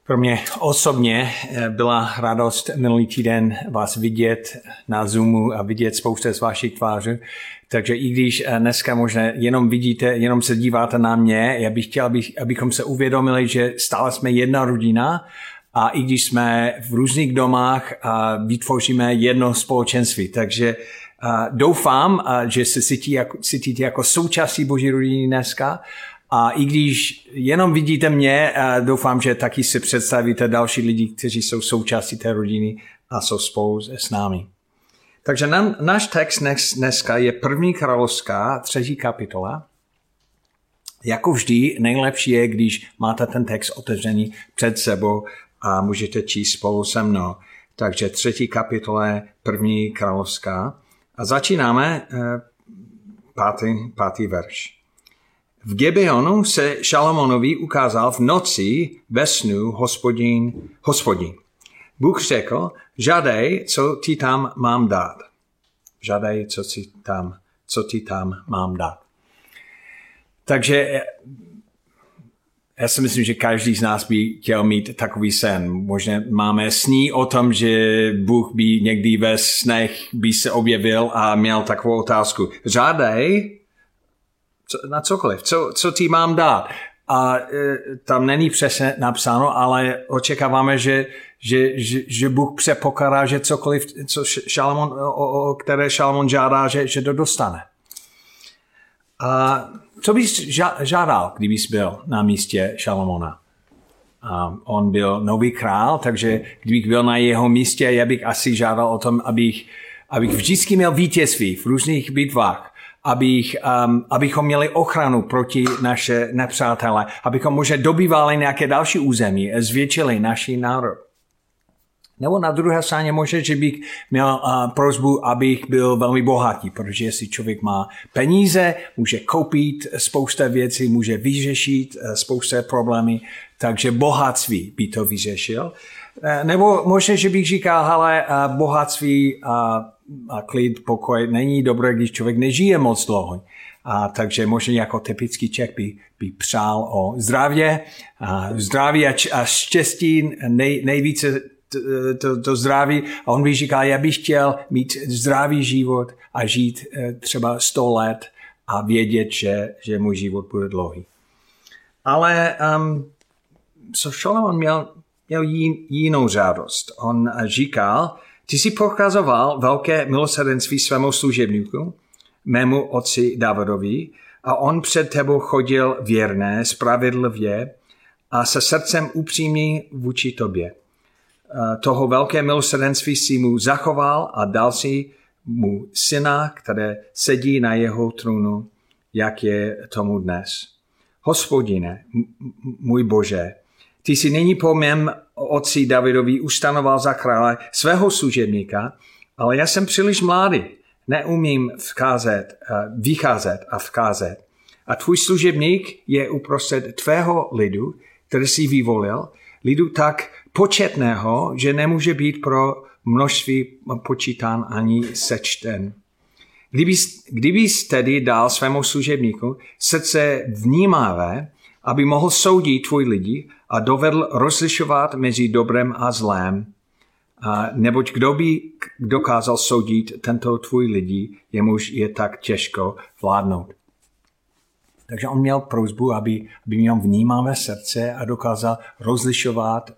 Pro mě osobně byla radost minulý týden vás vidět na Zoomu a vidět spoustu z vašich tváří. Takže i když dneska možná jenom vidíte, jenom se díváte na mě, já bych chtěl, abychom se uvědomili, že stále jsme jedna rodina a i když jsme v různých domách, vytvoříme jedno společenství. Takže doufám, že se cítíte jako součástí Boží rodiny dneska. A i když jenom vidíte mě, doufám, že taky si představíte další lidi, kteří jsou součástí té rodiny a jsou spolu s námi. Takže náš text dneska je 1. královská, 3. kapitola. Jako vždy, nejlepší je, když máte ten text otevřený před sebou a můžete číst spolu se mnou. Takže 3. kapitola, 1. královská. A začínáme 5. verš. V Gebeonu se Šalamonovi ukázal v noci ve snu Hospodin. Bůh řekl, žádej, co ti tam mám dát. Žádej, co ti tam mám dát. Takže já si myslím, že každý z nás by chtěl mít takový sen. Možná máme sní o tom, že Bůh by někdy ve snech by se objevil a měl takovou otázku. Žádej, na cokoliv, co ti mám dát. A tam není přesně napsáno, ale očekáváme, že Bůh předpokládá, že cokoliv, které Šalamón žádá, že to dostane. A co bys žádal, kdybys byl na místě Šalamóna? On byl nový král, takže kdybych byl na jeho místě, já bych asi žádal o tom, abych vždycky měl vítězství v různých bitvách. Abychom měli ochranu proti naše nepřátelé, abychom možná dobývali nějaké další území, zvětšili naši národ. Nebo na druhé straně možná, že bych měl prosbu, abych byl velmi bohatý, protože jestli člověk má peníze, může koupit spousta věcí, může vyřešit spousta problémy, takže bohatství by to vyřešil. Nebo možná, že bych říkal, hele, bohatství a klid, pokoj není dobré, když člověk nežije moc dlouho. Takže možná jako typický Čech by přál o zdraví a štěstí, nejvíce to zdraví. A on by říkal, já bych chtěl mít zdravý život a žít třeba 100 let a vědět, že můj život bude dlouhý. Ale Šalamón měl jinou žádost. On říkal, ty jsi prokazoval velké milosrdenství svému služebníku, mému otci Davidovi, a on před tebou chodil věrné, spravedlivě a se srdcem upřímný vůči tobě. Toho velké milosrdenství si mu zachoval a dal si mu syna, které sedí na jeho trůnu, jak je tomu dnes. Hospodine, můj Bože, ty jsi nyní po mém otci Davidovi ustanoval za krále svého služebníka, ale já jsem příliš mladý, neumím vycházet a vcházet. A tvůj služebník je uprostřed tvého lidu, který jsi vyvolil, lidu tak početného, že nemůže být pro množství počítán ani sečten. Kdybys tedy dal svému služebníku srdce vnímavé, aby mohl soudit tvůj lidi a dovedl rozlišovat mezi dobrem a zlém, neboť kdo by dokázal soudit tento tvůj lidi, jemuž je tak těžko vládnout. Takže on měl prosbu, aby měl vnímavé srdce a dokázal rozlišovat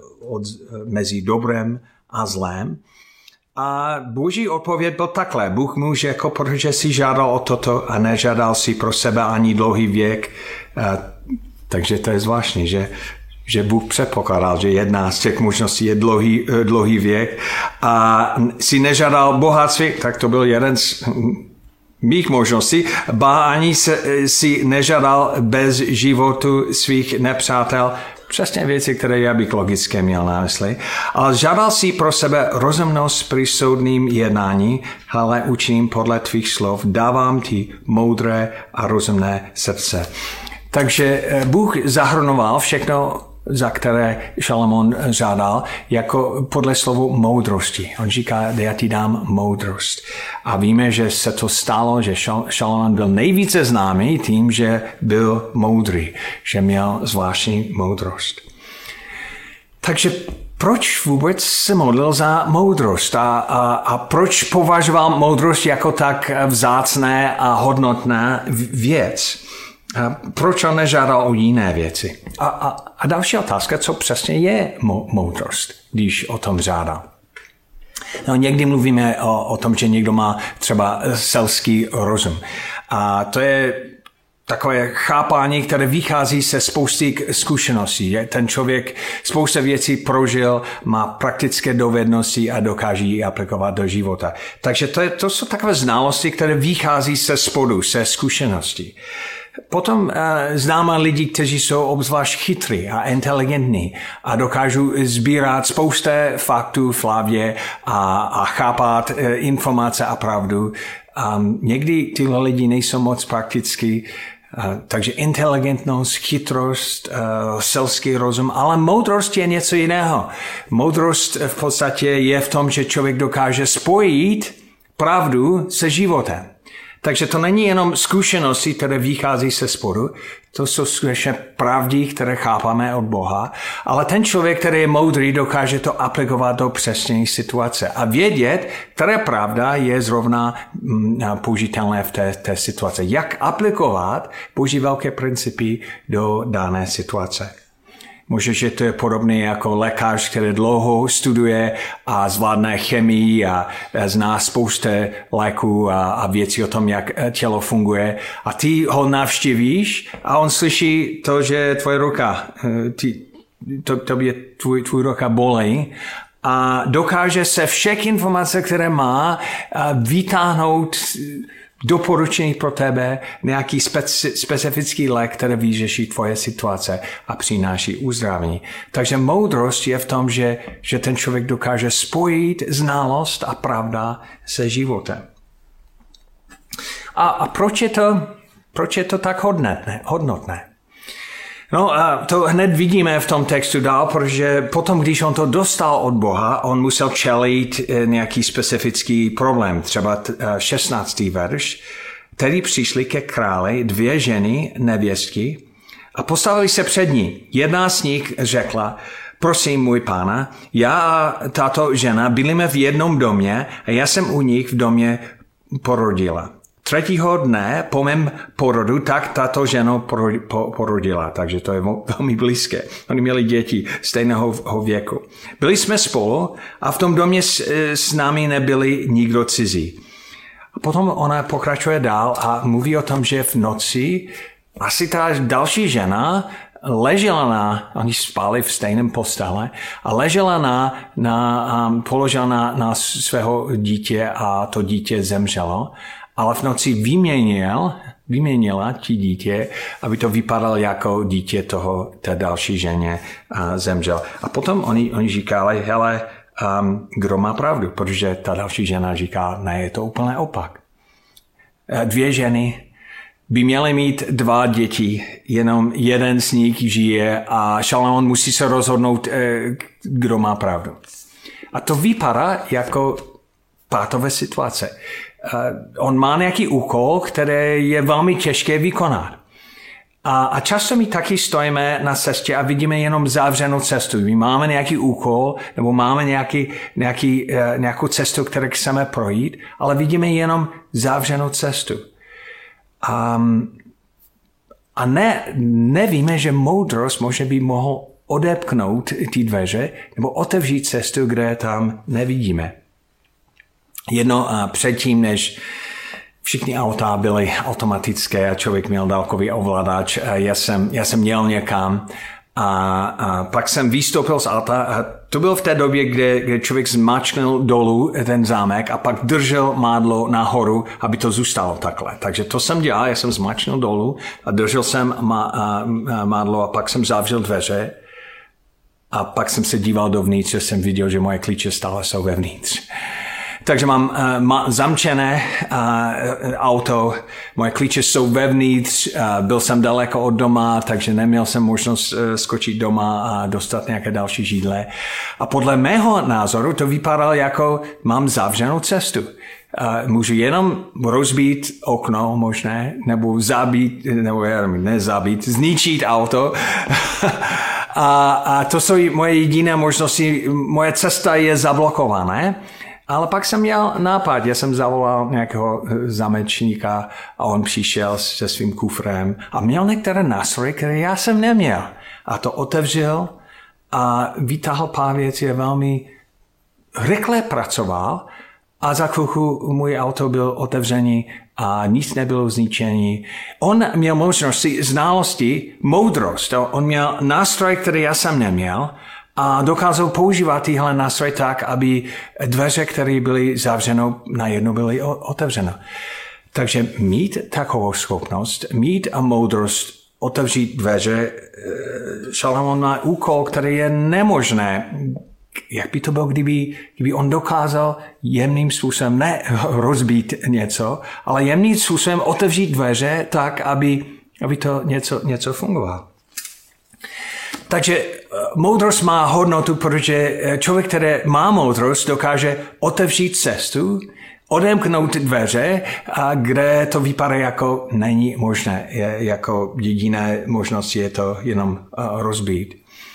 mezi dobrem a zlém. A boží odpověď byl takhle. Bůh mu řekl, protože si žádal o toto a nežádal si pro sebe ani dlouhý věk. Takže to je zvláštní, že Bůh předpokládal, že jedna z těch možností je dlouhý věk. A si nežádal bohatství, tak to byl jeden z mých možností, ba ani si nežádal bez životu svých nepřátel, přesně věci, které já bych logicky měl na mysli, ale žádal si pro sebe rozumnost při soudným jednání, ale učiním podle tvých slov, dávám ti moudré a rozumné srdce. Takže Bůh zahrnoval všechno, za které Šalamón žádal, jako podle slovu moudrosti. On říká, já ti dám moudrost. A víme, že se to stalo, že Šalamón byl nejvíce známý tím, že byl moudrý, že měl zvláštní moudrost. Takže proč vůbec se modlil za moudrost a proč považoval moudrost jako tak vzácné a hodnotná věc? A proč on nežádal o jiné věci? A další otázka, co přesně je moudrost, když o tom žádá? No, někdy mluvíme o tom, že někdo má třeba selský rozum. A to je takové chápání, které vychází se spousty zkušeností. Ten člověk spousta věcí prožil, má praktické dovednosti a dokáže ji aplikovat do života. Takže to jsou takové znalosti, které vychází se spodu, se zkušeností. Potom známe lidi, kteří jsou obzvlášť chytrý a inteligentní a dokážou sbírat spousta faktů v hlavě a chápat informace a pravdu. Někdy tyhle lidi nejsou moc praktický, takže inteligentnost, chytrost, selský rozum, ale moudrost je něco jiného. Moudrost v podstatě je v tom, že člověk dokáže spojit pravdu se životem. Takže to není jenom zkušenosti, které vychází se spodu, to jsou skutečně pravdy, které chápáme od Boha, ale ten člověk, který je moudrý, dokáže to aplikovat do přesné situace a vědět, která pravda je zrovna použitelné v té situace. Jak aplikovat Boží velké principy do dané situace. Možná, že to je podobné jako lékař, který dlouho studuje a zvládne chemii a zná spoustu léků a věcí o tom, jak tělo funguje. A ty ho navštívíš a on slyší to, že tvoje ruka, tobě tvůj ruka bolí a dokáže se všech informací, které má, vytáhnout doporučení pro tebe, nějaký specifický lék, který vyřeší tvoje situace a přináší uzdravení. Takže moudrost je v tom, že ten člověk dokáže spojit znalost a pravda se životem. A proč je to tak hodnotné? No a to hned vidíme v tom textu dál, protože potom, když on to dostal od Boha, on musel čelit nějaký specifický problém. Třeba 16. verš. Tedy přišli ke králi 2 ženy, nevěstky, a postavili se před ní. Jedna z nich řekla, prosím, můj pána, já a tato žena bylíme v jednom domě a já jsem u nich v domě porodila. 3. dne po mém porodu, tak tato žena porodila, takže to je velmi blízké. Oni měli děti stejného věku. Byli jsme spolu a v tom domě s námi nebyli nikdo cizí. A potom ona pokračuje dál a mluví o tom, že v noci asi ta další žena ležela oni spali v stejném postele a ležela položila na svého dítě a to dítě zemřelo. Ale v noci vyměnila ti dítě, aby to vypadalo jako dítě té další ženě zemřel. A potom oni říkali, hele, kdo má pravdu, protože ta další žena říká, ne, je to úplně opak. 2 ženy by měly mít 2 děti, jenom jeden z nich žije a Šalamón musí se rozhodnout, kdo má pravdu. A to vypadá jako pátové situace. On má nějaký úkol, který je velmi těžké vykonat. A často my taky stojíme na cestě a vidíme jenom zavřenou cestu. My máme nějaký úkol, nebo máme nějakou cestu, kterou chceme projít, ale vidíme jenom zavřenou cestu. A nevíme, že moudrost by mohl odepknout ty dveře, nebo otevřít cestu, kde tam nevidíme. Předtím, než všichni auta byly automatické a člověk měl dálkový ovladač, já jsem jel někam a pak jsem vystoupil z auta a to bylo v té době, kde člověk zmáčknul dolů ten zámek a pak držel mádlo nahoru, aby to zůstalo takhle. Takže to jsem dělal, já jsem zmáčknul dolů a držel jsem mádlo a pak jsem zavřel dveře a pak jsem se díval dovnitř a jsem viděl, že moje klíče stále jsou vevnitř. Takže mám zamčené auto, moje klíče jsou vevnitř, byl jsem daleko od doma, takže neměl jsem možnost skočit doma a dostat nějaké další židle. A podle mého názoru to vypadalo jako mám zavřenou cestu. Můžu jenom rozbít okno možné, nebo zabít, nebo nezabít, zničit auto A to jsou moje jediné možnosti. Moje cesta je zablokovaná. Ale pak jsem měl nápad, já jsem zavolal nějakého zamečníka a on přišel se svým kufrem a měl některé nástroje, které já jsem neměl. A to otevřel a vytáhl pár věcí, velmi rychle pracoval a za chvilku můj auto byl otevřený a nic nebylo zničený. On měl možnosti, znalosti, moudrost. On měl nástroj, který já jsem neměl a dokázal používat tyhle nástroje tak, aby dveře, které byly zavřené, najednou byly otevřené. Takže mít takovou schopnost, mít a moudrost otevřít dveře, Šalamón má úkol, který je nemožné. Jak by to bylo, kdyby on dokázal jemným způsobem, ne rozbít něco, ale jemným způsobem otevřít dveře tak, aby to něco fungovalo. Takže moudrost má hodnotu, protože člověk, který má moudrost, dokáže otevřít cestu, odemknout dveře, a kde to vypadá jako není možné. Jako jediné možnosti je to jenom rozbít.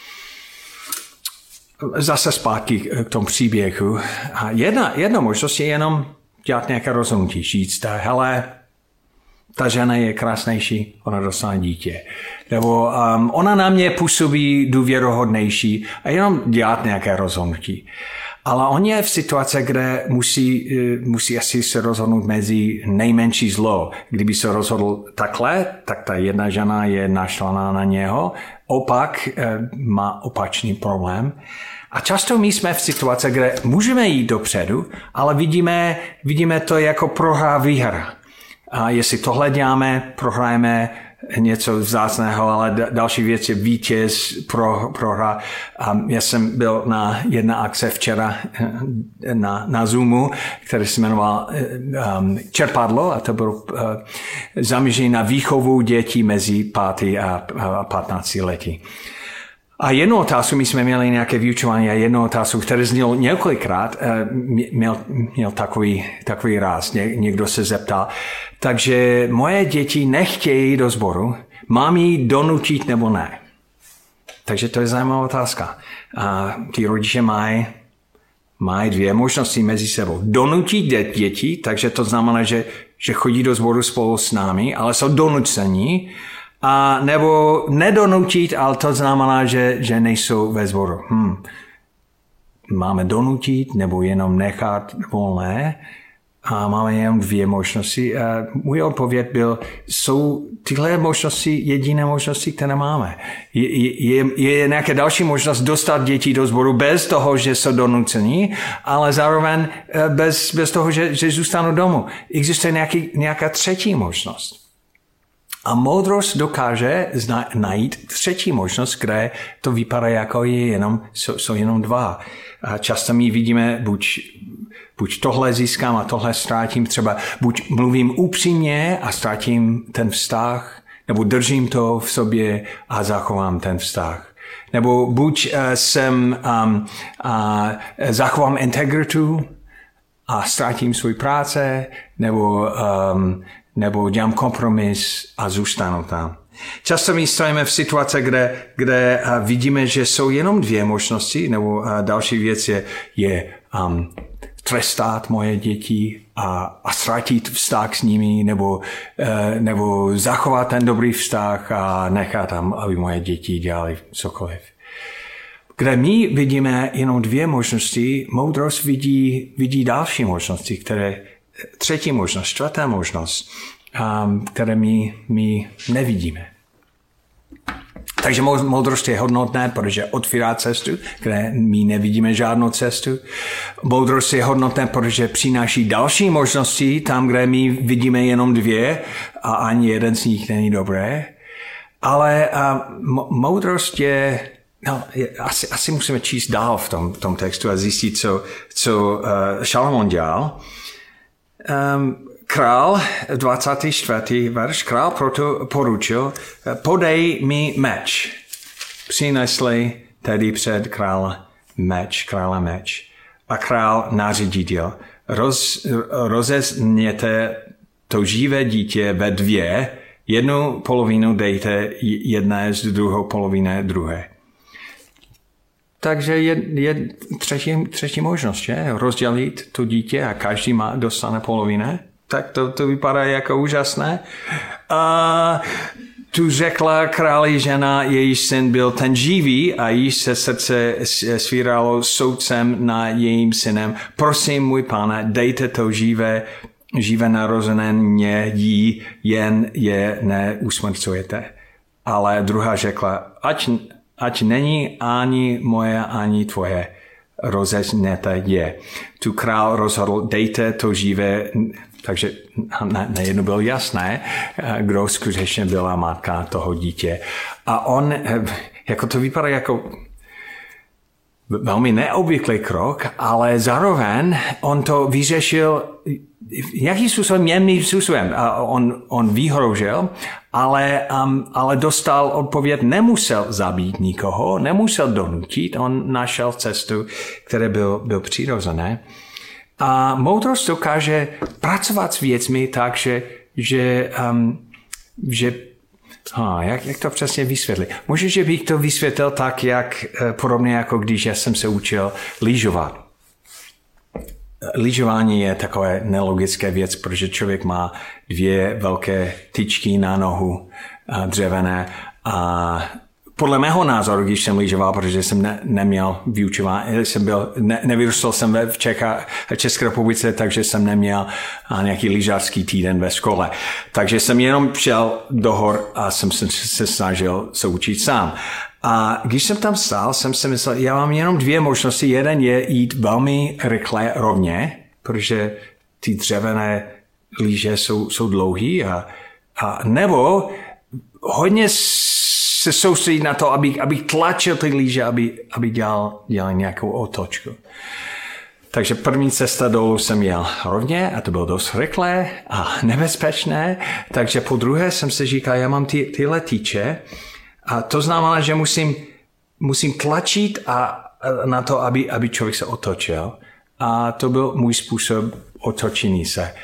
Zase zpátky k tomu příběhu. A jedna možnost je jenom dělat nějaké rozhodnutí. Říct, hele, ta žena je krásnější, ona dostane dítě. Nebo ona na mě působí důvěrohodnější a jenom dělat nějaké rozhodnutí. Ale on je v situaci, kde musí asi se rozhodnout mezi nejmenší zlo. Kdyby se rozhodl takhle, tak ta jedna žena je naštvaná na něho. Opak má opačný problém. A často my jsme v situaci, kde můžeme jít dopředu, ale vidíme to jako prohra výhra. A jestli tohle děláme, prohrajeme něco vzácného, ale další věc je vítěz, prohra. Já jsem byl na jedné akce včera na Zoomu, který se jmenoval Čerpadlo, a to bylo zaměřené na výchovu dětí mezi 5 a 15 lety. A jednu otázku, my jsme měli nějaké vyučování a jednu otázku, které znělo několikrát, měl takový ráz. Někdo se zeptal, takže moje děti nechtějí do sboru, mám jí donutit nebo ne? Takže to je zajímavá otázka. A ty rodiče mají 2 možnosti mezi sebou. Donutit děti, takže to znamená, že chodí do sboru spolu s námi, ale jsou donuceni, a nebo nedonutit, ale to znamená, že nejsou ve sboru. Máme donutit, nebo jenom nechat volné. A máme jenom 2 možnosti. A můj odpověď byl, jsou tyhle možnosti jediné možnosti, které máme. Je nějaká další možnost dostat děti do sboru bez toho, že jsou donuceni, ale zároveň bez toho, že zůstanou domů. Existuje nějaká třetí možnost. A moudrost dokáže najít třetí možnost, kde to vypadá jako jsou jenom 2. A často my vidíme, buď tohle získám a tohle ztrátím, třeba buď mluvím upřímně a ztratím ten vztah, nebo držím to v sobě a zachovám ten vztah. Nebo buď zachovám integritu a ztratím svou práce, nebo dělám kompromis a zůstanu tam. Často my stojíme v situaci, kde vidíme, že jsou jenom 2 možnosti, nebo další věc je trestat moje děti a ztratit vztah s nimi, nebo zachovat ten dobrý vztah a nechat tam, aby moje děti dělali cokoliv. Kde my vidíme jenom 2 možnosti, moudrost vidí další možnosti, třetí možnost, 4. možnost, které my nevidíme. Takže moudrost je hodnotné, protože otvírá cestu, kde my nevidíme žádnou cestu. Moudrost je hodnotné, protože přináší další možnosti tam, kde my vidíme jenom 2 a ani jeden z nich není dobré. Ale moudrost je... asi musíme číst dál v tom textu a zjistit, co Šalamón dělal. Král, 24. verš, král proto poručil, podej mi meč. Přinesli tedy před krále meč. A král nařídil, rozezněte to živé dítě ve 2, jednu polovinu dejte jedné z druhou polovině druhé. Takže je třetí možnost, že? Rozdělit to dítě a každý dostane polovinu. Tak to vypadá jako úžasné. A tu řekla králi žena, jejíž syn byl ten živý a již se srdce svíralo soudcem na jejím synem. Prosím, můj pane, dejte to živé narozené mě jí, jen je neusmrcujete. Ale druhá řekla, ať není ani moje, ani tvoje, rozezněte je. Tu král rozhodl, dejte to živé. Takže najednou bylo jasné, kdo skutečně byla matka toho dítě. A on, jako to vypadá jako velmi neobvyklý krok, ale zároveň on to vyřešil jakým způsobem, jemným způsobem. A on vyhrožil, ale dostal odpověď, nemusel zabít nikoho, nemusel donutit, on našel cestu, která byl přirozené. A moudrost dokáže pracovat s věcmi tak, jak to přesně vysvětlit? Možná, že bych to vysvětlil tak, podobně jako když já jsem se učil lyžovat. Lyžování je takové nelogické věc, protože člověk má 2 velké tyčky na nohu dřevěné a podle mého názoru, když jsem lyžoval, protože jsem neměl vyučování, nevyrostl jsem v České republice, takže jsem neměl nějaký lyžařský týden ve škole. Takže jsem jenom šel do hor a jsem se snažil se učit sám. A když jsem tam stál, jsem si myslel, já mám jenom 2 možnosti. Jeden je jít velmi rychle rovně, protože ty dřevěné lyže jsou dlouhý a nebo hodně se soustředit na to, aby tlačil ty lyže, aby dělal nějakou otočku. Takže první cesta dolů jsem jel rovně a to bylo dost rychlé a nebezpečné. Takže po druhé jsem si říkal, já mám tyhle tyče a to znamená, že musím tlačit na to, aby člověk se otočil. A to byl můj způsob otočení se.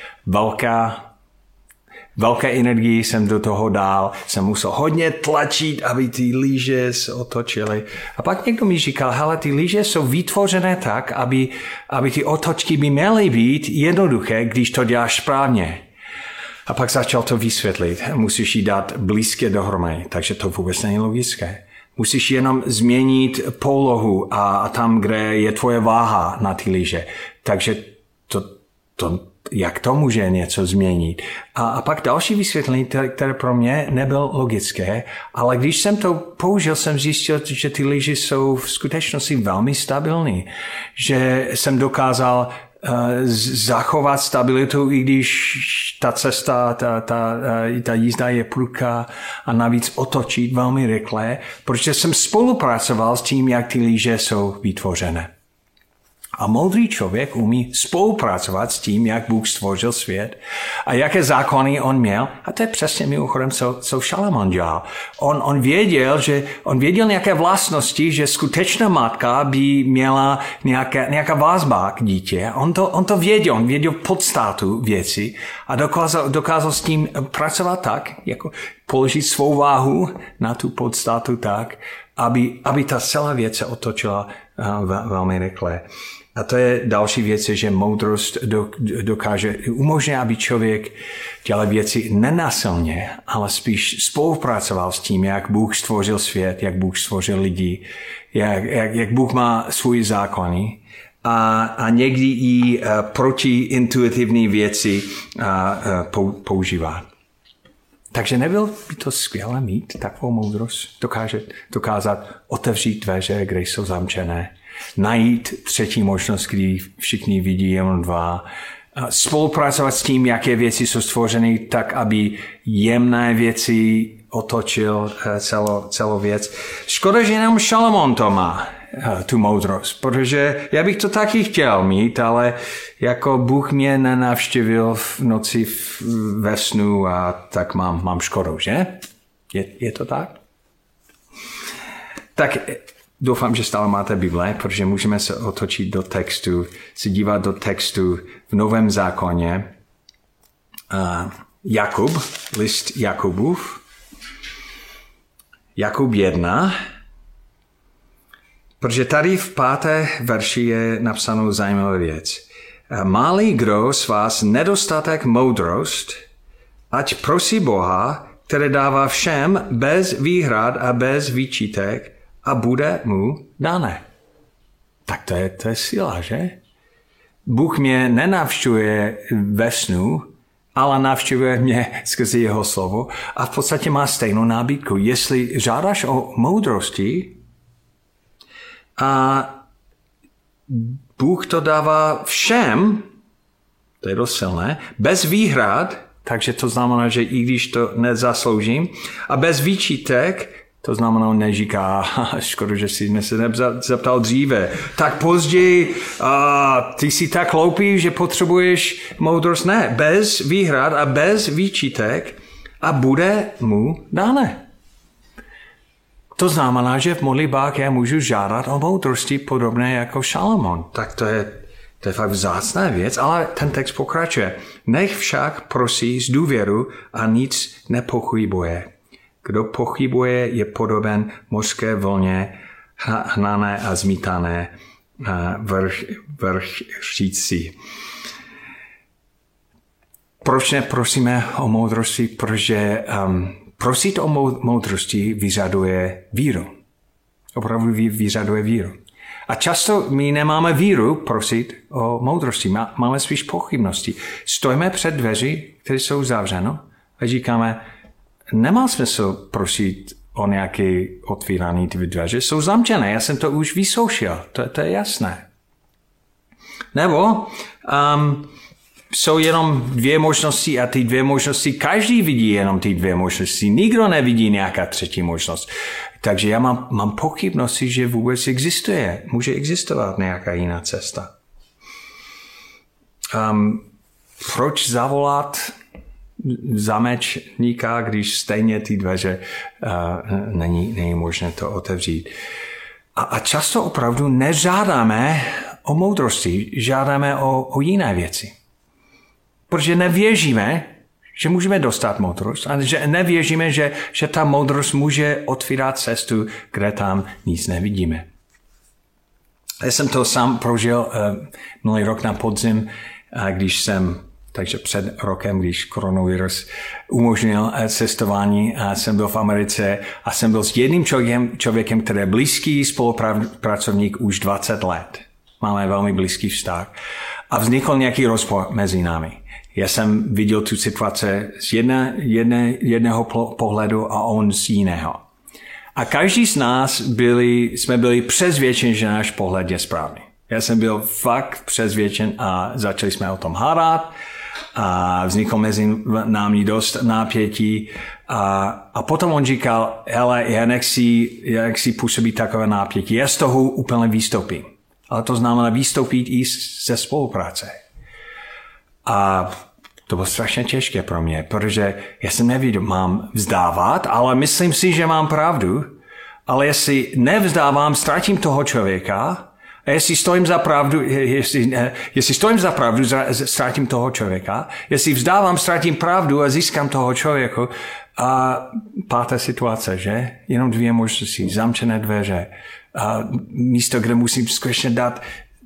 Velké energii jsem do toho dal, jsem musel hodně tlačit, aby ty lyže se otočily. A pak někdo mi říkal, hele, ty lyže jsou vytvořené tak, aby ty otočky by měly být jednoduché, když to děláš správně. A pak začal to vysvětlit. Musíš ji dát blízké dohromady, takže to vůbec není logické. Musíš jenom změnit polohu a tam, kde je tvoje váha na ty lyže. Takže jak to může něco změnit? A pak další vysvětlení, které pro mě nebylo logické, ale když jsem to použil, jsem zjistil, že ty lyže jsou v skutečnosti velmi stabilní. Že jsem dokázal zachovat stabilitu, i když ta cesta, ta jízda je prudká a navíc otočit velmi rychle, protože jsem spolupracoval s tím, jak ty lyže jsou vytvořené. A moudrý člověk umí spolupracovat s tím, jak Bůh stvořil svět a jaké zákony on měl. A to je přesně mimochodem, co Šalamón dělal. On věděl nějaké vlastnosti, že skutečná matka by měla nějaká vazba k dítě. On to věděl, on věděl podstatu věci a dokázal s tím pracovat tak, jako položit svou váhu na tu podstatu tak, aby ta celá věc se otočila velmi rychle. A to je další věc, že moudrost dokáže umožnit, aby člověk dělal věci nenásilně, ale spíš spolupracoval s tím, jak Bůh stvořil svět, jak Bůh stvořil lidi, jak Bůh má svůj zákony a někdy i protiintuitivní věci používá. Takže nebyl by to skvělé mít takovou moudrost, dokázat otevřít dveře, kde jsou zamčené, najít třetí možnost, kdy všichni vidí jenom 2, spolupracovat s tím, jaké věci jsou stvořeny, tak, aby jemné věci otočil celou věc. Škoda, že jenom Šalamón to má, tu moudrost, protože já bych to taky chtěl mít, ale jako Bůh mě nenavštívil v noci ve snu a tak mám škodu, že? Je to tak? Tak doufám, že stále máte Bible, protože můžeme se otočit do textu, se dívat do textu v Novém zákoně. Jakub, list Jakubův. Jakub 1. Protože tady v 5. verši je napsanou zajímavá věc. Má-li kdo z vás nedostatek moudrost, ať prosí Boha, který dává všem bez výhrad a bez výčitek a bude mu dané. Tak to je síla, že? Bůh mě nenavštěvuje ve snu, ale navštěvuje mě skrze jeho slovo a v podstatě má stejnou nabídku. Jestli žádáš o moudrosti a Bůh to dává všem, to je dost silné, bez výhrad, takže to znamená, že i když to nezasloužím, a bez výčitek, to znamená, on neříká, škoda, že jsi mě se zeptal dříve. Tak později, ty jsi tak hloupý, že potřebuješ moudrost. Ne, bez výhrad a bez výčitek a bude mu dáne. To znamená, že v modlitbách já můžu žádat o moudrosti podobné jako Šalamón. Tak to je fakt vzácná věc, ale ten text pokračuje. Nech však prosí z důvěru a nic nepochybuje. Kdo pochybuje, je podoben mořské vlně, hnané a zmítané vršící. Proč neprosíme o moudrosti? Protože prosit o moudrosti vyžaduje víru. Opravdu vyžaduje víru. A často my nemáme víru prosit o moudrosti. Máme spíš pochybnosti. Stojíme před dveři, které jsou zavřeno a říkáme, nemá smysl prosit o nějaké otvírané ty dveře. Jsou zamčené, já jsem to už vyzkoušel, to je jasné. Nebo jsou jenom 2 možnosti a ty 2 možnosti, každý vidí jenom ty 2 možnosti, nikdo nevidí nějaká třetí možnost. Takže já mám pochybnosti, že vůbec může existovat nějaká jiná cesta. Proč zavolat zamečníka, když stejně ty dveře není možné to otevřít. A často opravdu nežádáme o moudrosti, žádáme o jiné věci. Protože nevěříme, že můžeme dostat moudrost a že nevěříme, že ta moudrost může otvírat cestu, kde tam nic nevidíme. Já jsem to sám prožil minulý rok na podzim, takže před rokem, když koronavirus umožnil cestování, a jsem byl v Americe a jsem byl s jedním člověkem, který je blízký spolupracovník už 20 let. Máme velmi blízký vztah. A vznikl nějaký rozpor mezi námi. Já jsem viděl tu situaci z jedného pohledu a on z jiného. A každý z nás jsme byli přesvědčeni, že náš pohled je správný. Já jsem byl fakt přesvědčen a začali jsme o tom hádat a vzniklo mezi námi dost napětí a potom on říkal, hele, já nechci působit takové napětí, já z toho úplně vystoupím. Ale to znamená vystoupit i ze spolupráce. A to bylo strašně těžké pro mě, protože já jsem nevěděl, mám vzdávat, ale myslím si, že mám pravdu, ale jestli nevzdávám, ztratím toho člověka, a jestli stojím za pravdu, ztratím toho člověka, jestli vzdávám, ztratím pravdu a získám toho člověka. A 5. situace, že? Jenom 2 možnosti, zamčené dveře. A místo, kde musím skutečně dát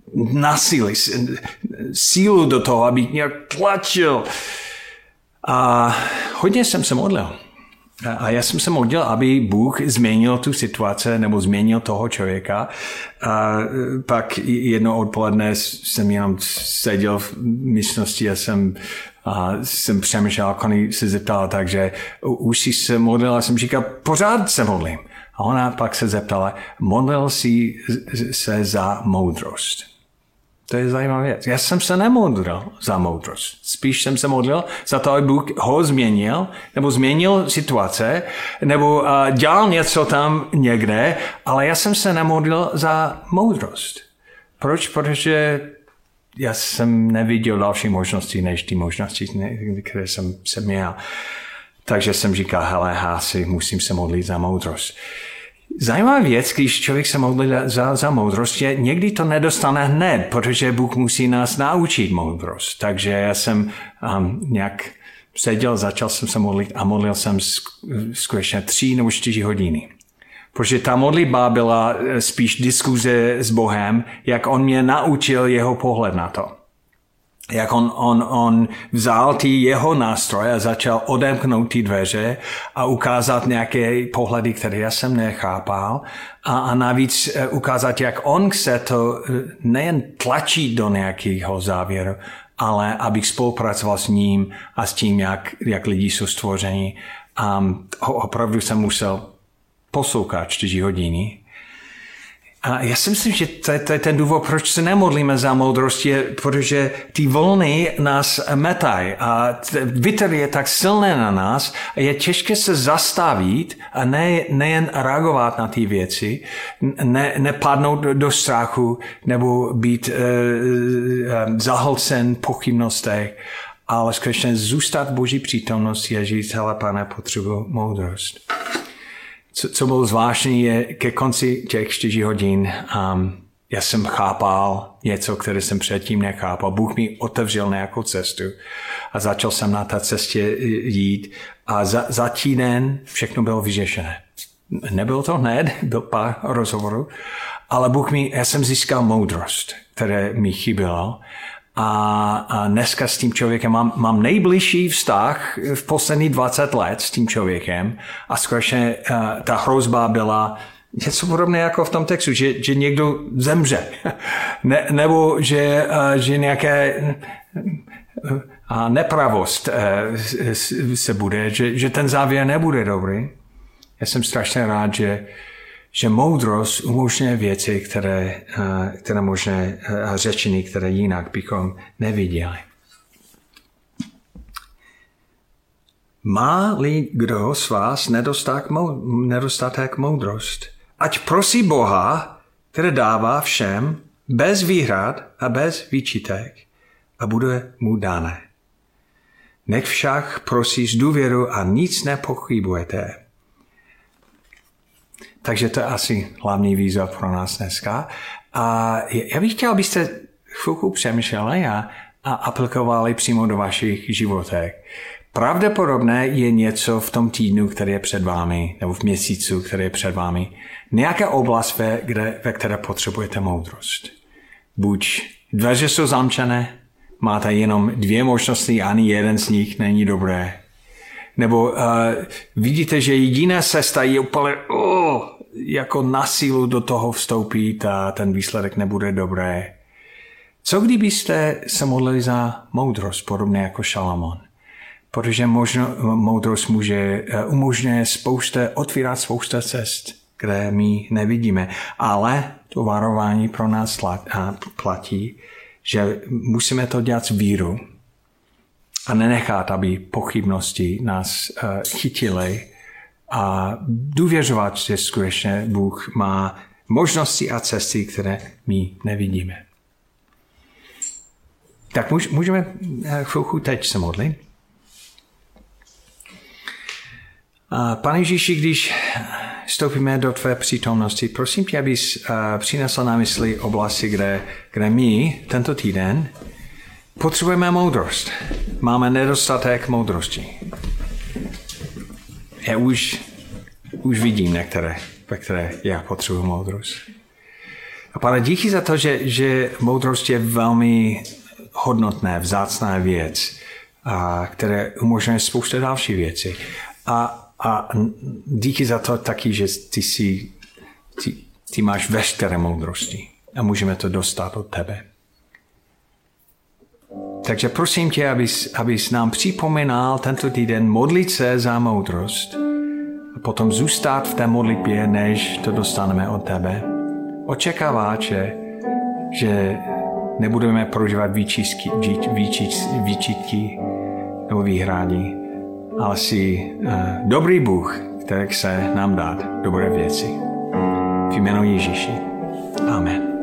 sílu do toho, abych nějak tlačil. A hodně jsem se modlil. A já jsem se modlil, aby Bůh změnil tu situaci nebo změnil toho člověka. A pak jedno odpoledne jsem jenom seděl v místnosti a jsem přemýšlel, jak on se zeptal, takže už si se modlil a jsem říkal, pořád se modlím. A ona pak se zeptala, modlil jsi se za moudrost. To je zajímavá věc. Já jsem se nemodlil za moudrost. Spíš jsem se modlil za to, aby Bůh ho změnil, nebo změnil situace, nebo dělal něco tam někde, ale já jsem se nemodlil za moudrost. Proč? Protože já jsem neviděl další možnosti, než ty možnosti, které jsem měl. Takže jsem říkal, hele, musím se modlit za moudrost. Zajímavá věc, když člověk se modlí za moudrost, je někdy to nedostane hned, protože Bůh musí nás naučit moudrost. Takže já jsem nějak seděl, začal jsem se modlit a modlil jsem skutečně 3 nebo 4 hodiny. Protože ta modlitba byla spíš diskuze s Bohem, jak on mě naučil jeho pohled na to. Jak on vzal ty jeho nástroje a začal odemknout ty dveře a ukázat nějaké pohledy, které já jsem nechápal. A navíc ukázat, jak on chce to nejen tlačit do nějakého závěru, ale abych spolupracoval s ním a s tím, jak lidi jsou stvořeni. A opravdu jsem musel poslouchat 4 hodiny. A já si myslím, že to je ten důvod, proč se nemodlíme za moudrost, je, protože ty vlny nás metají a vítr je tak silný na nás a je těžké se zastavit a nejen reagovat na ty věci, nepadnout do strachu nebo být zahlcen pochybnostech, ale skutečně zůstat v Boží přítomnosti a říct, hele, Pane, potřebuji moudrost. Co bylo zvláštní je ke konci těch 4 hodin já jsem chápal něco, které jsem předtím nechápal. Bůh mi otevřel nějakou cestu a začal jsem na té cestě jít a za týden všechno bylo vyřešené. Nebylo to hned, byl pár rozhovorů, ale já jsem získal moudrost, které mi chybělo. A dneska s tím člověkem mám nejbližší vztah v posledních 20 let s tím člověkem a skutečně ta hrozba byla něco podobné jako v tom textu, že někdo zemře. Nebo že nějaké nepravost se bude, že ten závěr nebude dobrý. Já jsem strašně rád, že moudrost umožňuje věci, které možné řečení, které jinak bychom neviděli. Má-li kdo z vás nedostatek moudrost, ať prosí Boha, který dává všem bez výhrad a bez výčitek a bude mu dané. Nech však prosí s důvěrou a nic nepochybujete. Takže to je asi hlavní výzva pro nás dneska. A já bych chtěl, abyste chvilku přemýšleli a aplikovali přímo do vašich životek. Pravděpodobné je něco v tom týdnu, který je před vámi, nebo v měsíci, který je před vámi. Nějaká oblast, ve které potřebujete moudrost. Buď dveře jsou zamčené, máte jenom 2 možnosti, ani jeden z nich není dobré. Nebo vidíte, že jediná cesta je úplně jako na sílu do toho vstoupit a ten výsledek nebude dobré. Co kdybyste se modlili za moudrost, podobně jako Šalamón? Protože moudrost umožňuje otvírat spousta cest, které my nevidíme. Ale to varování pro nás platí, že musíme to dělat s vírou a nenechat, aby pochybnosti nás chytily a důvěřovat, že skutečně Bůh má možnosti a cesty, které my nevidíme. Tak můžeme chvilku teď se modlit. Pane Ježíši, když vstoupíme do tvé přítomnosti, prosím tě, abys přinesl na mysli oblasti, kde my tento týden potřebujeme moudrost. Máme nedostatek moudrosti. Já už vidím některé, ve které já potřebuji moudrost. A Pane, díky za to, že moudrost je velmi hodnotná, vzácná věc, které umožňuje spoustu další věcí. A díky za to taky, že ty máš veškeré moudrosti a můžeme to dostat od tebe. Takže prosím tě, abys nám připomínal tento týden modlit se za moudrost a potom zůstat v té modlitbě, než to dostaneme od tebe. Očekávat, že nebudeme prožívat výčitky nebo výhrady, ale jsi dobrý Bůh, který chce nám dát dobré věci. V jménu Ježíši. Amen.